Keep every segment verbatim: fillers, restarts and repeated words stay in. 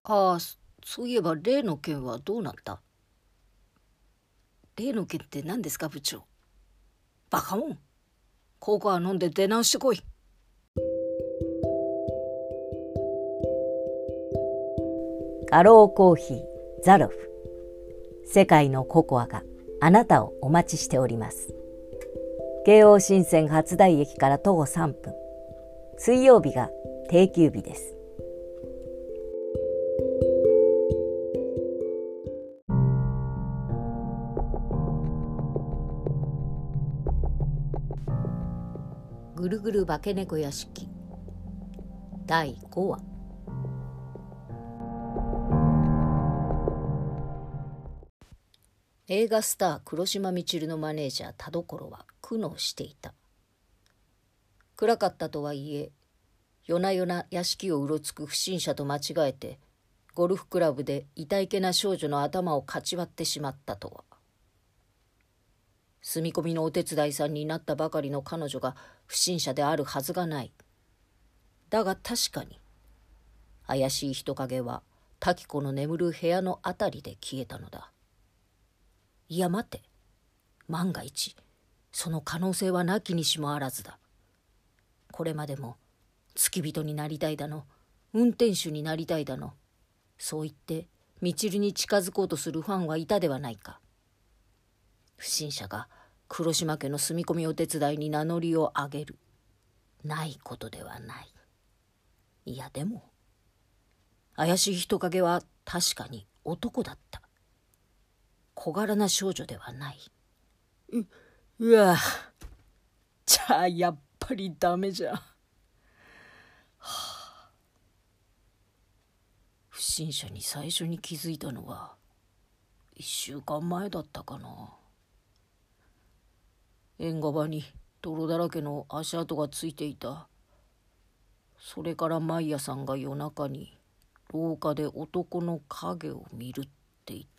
ああ、そそういえば例の件はどうなった？例の件って何ですか部長。バカもん。ココア飲んで出直してこい。 アローコーヒーザロフ。世界のココアがあなたをお待ちしております。京王新線初台駅から徒歩さんぷん。水曜日が定休日です。 ぐるぐる化け猫屋敷だいごわ。映画スター黒島みちるのマネージャー田所は苦悩していた。暗かったとはいえ、夜な夜な屋敷をうろつく不審者と間違えてゴルフクラブで痛いけな少女の頭をかち割ってしまったとは。住み込みのお手伝いさんになったばかりの彼女が不審者であるはずがない。だが確かに怪しい人影は滝子の眠る部屋のあたりで消えたのだ。いや待て、万が一その可能性はなきにしもあらずだ。これまでも付き人になりたいだの、運転手になりたいだの、そう言ってみちるに近づこうとするファンはいたではないか。不審者が黒島家の住み込みお手伝いに名乗りを上げる、ないことではない。いやでも怪しい人影は確かに男だった。小柄な少女ではない。う、うわじゃあやっぱりダメじゃ、はあ、不審者に最初に気づいたのは一週間前だったかな。縁側に泥だらけの足跡がついていた。それからマイヤさんが夜中に廊下で男の影を見るって言って。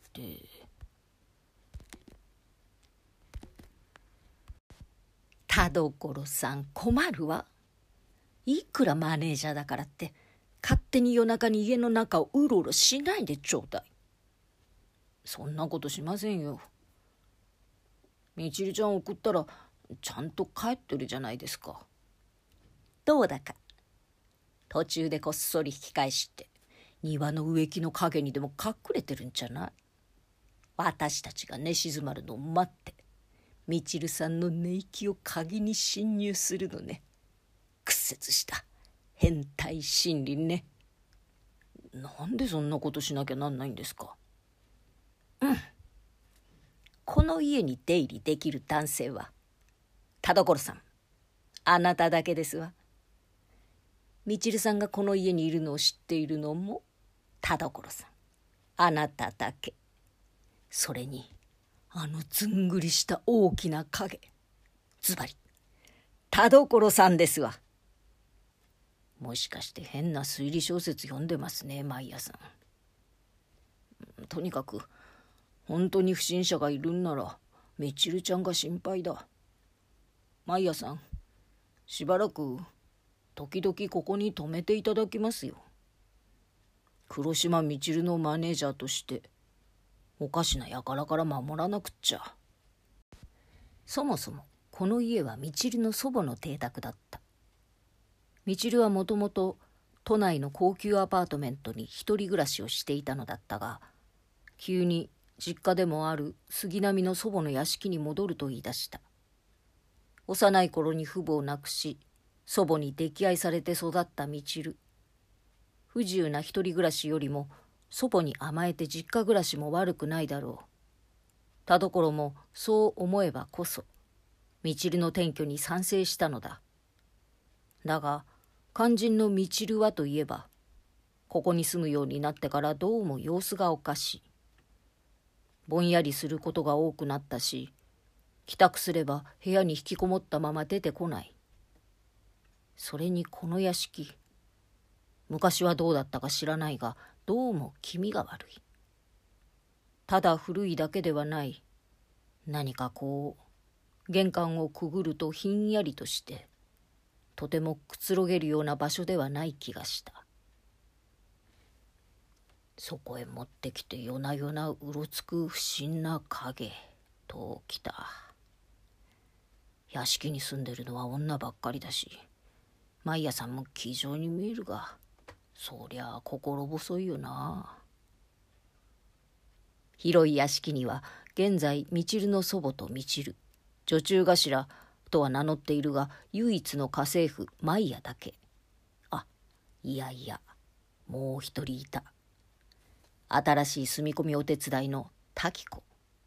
田所さん困るわ。いくらマネージャーだからって勝手に夜中に家の中をうろうろしないでちょうだい。そんなことしませんよ。みちるちゃん送ったらちゃんと帰ってるじゃないですか。どうだか途中でこっそり引き返して庭の植木の陰にでも隠れてるんじゃない。私たちが寝静まるのを待ってみちるさんの寝息を鍵に侵入するのね。屈折した変態心理ね。なんでそんなことしなきゃなんないんですか。うん。この家に出入りできる男性は田所さん、あなただけですわ。みちるさんがこの家にいるのを知っているのも田所さん、あなただけ。それにあのずんぐりした大きな影、ズバリ田所さんですわ。もしかして変な推理小説読んでますね、マイヤさん。とにかく本当に不審者がいるんならみちるちゃんが心配だ。マイヤさん、しばらく時々ここに泊めていただきますよ。黒島みちるのマネージャーとしておかしな輩から守らなくっちゃ。そもそもこの家はみちるの祖母の邸宅だった。みちるはもともと都内の高級アパートメントに一人暮らしをしていたのだったが、急に実家でもある杉並の祖母の屋敷に戻ると言い出した。幼い頃に父母を亡くし、祖母に溺愛されて育ったみちる。不自由な一人暮らしよりも祖母に甘えて実家暮らしも悪くないだろう。田所もそう思えばこそみちるの転居に賛成したのだ。だが肝心のみちるはといえば、ここに住むようになってからどうも様子がおかしい。ぼんやりすることが多くなったし、帰宅すれば部屋に引きこもったまま出てこない。それにこの屋敷、昔はどうだったか知らないがどうも気味が悪い。ただ古いだけではない。何かこう玄関をくぐるとひんやりとしてとてもくつろげるような場所ではない気がした。 そこへ持ってきて夜な夜なうろつく不審な影ときた。屋敷に住んでるのは女ばっかりだし、毎朝も気丈に見えるが、そりゃあ心細いよな。広い屋敷には現在みちるの祖母とみちる、女中頭とは名乗っているが唯一の家政婦マイヤだけ。あ、いやいや、もう一人いた。新しい住み込みお手伝いの滝子。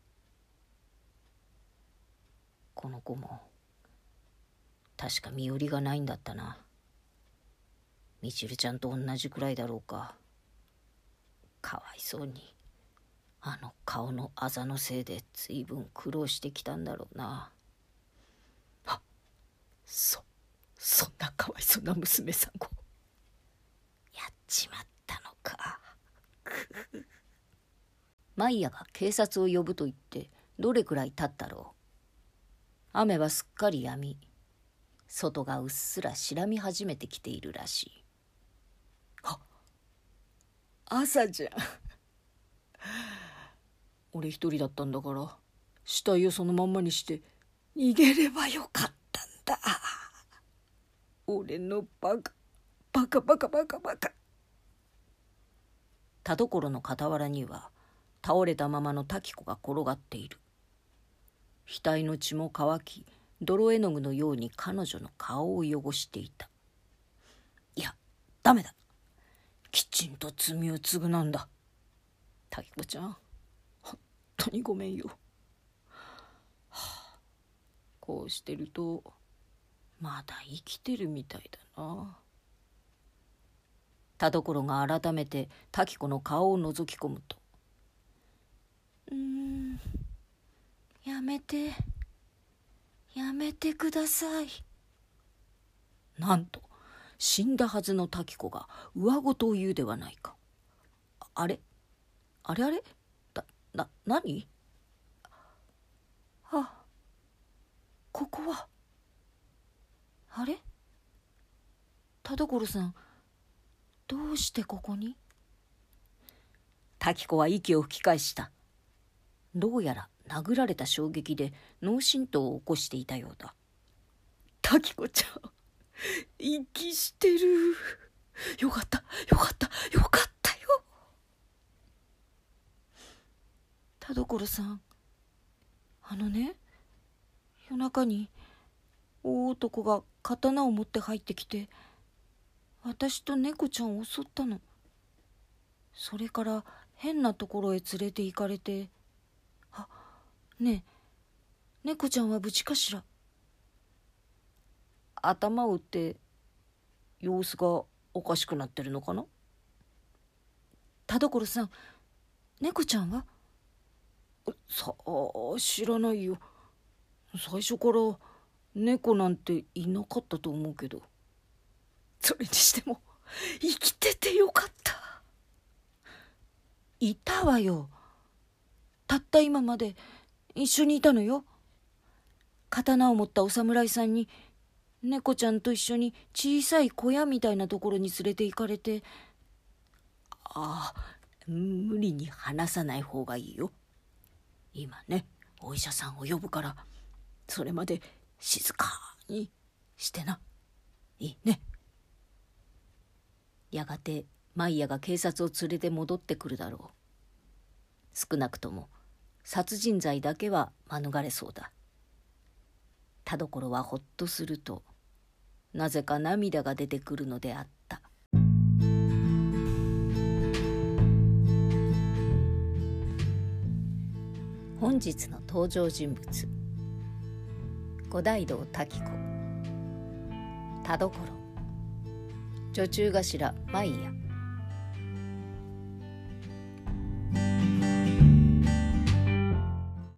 この子も確か身寄りがないんだったな。みちるちゃんと同じくらいだろうか。かわいそうにあの顔のあざのせいで随分苦労してきたんだろうな。あ、そそんなかわいそうな娘さんをやっちまったのか。マイヤが警察を呼ぶと言ってどれくらい経ったろう。雨はすっかり止み、外がうっすら白み始めてきているらしい。あ、朝じゃん。俺一人だったんだから死体をそのまんまにして逃げればよかったんだ。俺のバカバカバカバカバカ。田所の傍らには倒れたままの滝子が転がっている。額の血も乾き、泥絵の具のように彼女の顔を汚していた。いや、ダメだ。きちんと罪を償うんだ。滝子ちゃん、本当にごめんよ。はあ、こうしてるとまだ生きてるみたいだな。田所が改めて滝子の顔を覗き込むと、うーん、やめてやめてください。なんと死んだはずの滝子が上言を言うではないか。あれあれあれだ、な、何？あ、ここは。あれ？田所さん、どうしてここに？滝子は息を吹き返した。どうやら殴られた衝撃で脳震盪を起こしていたようだ。滝子ちゃん、息してる。よかったよかったよかったよ。田所さん、あのね、夜中に大男が刀を持って入ってきて私と猫ちゃんを襲ったの。それから変なところへ連れて行かれて。あ、ねえ、猫ちゃんは無事かしら？頭を打って様子がおかしくなってるのかな？田所さん、猫ちゃんは？さあ、知らないよ。最初から猫なんていなかったと思うけど。それにしても生きててよかった。いたわよ。たった今まで一緒にいたのよ。刀を持ったお侍さんに猫ちゃんと一緒に小さい小屋みたいなところに連れて行かれて。ああ、無理に話さない方がいいよ。今ね、お医者さんを呼ぶから、それまで静かにしてな。いいね。やがてマイヤが警察を連れて戻ってくるだろう。少なくとも殺人罪だけは免れそうだ。田所はほっとするとなぜか涙が出てくるのであった。本日の登場人物、五大道滝子、田所、女中頭マイヤ、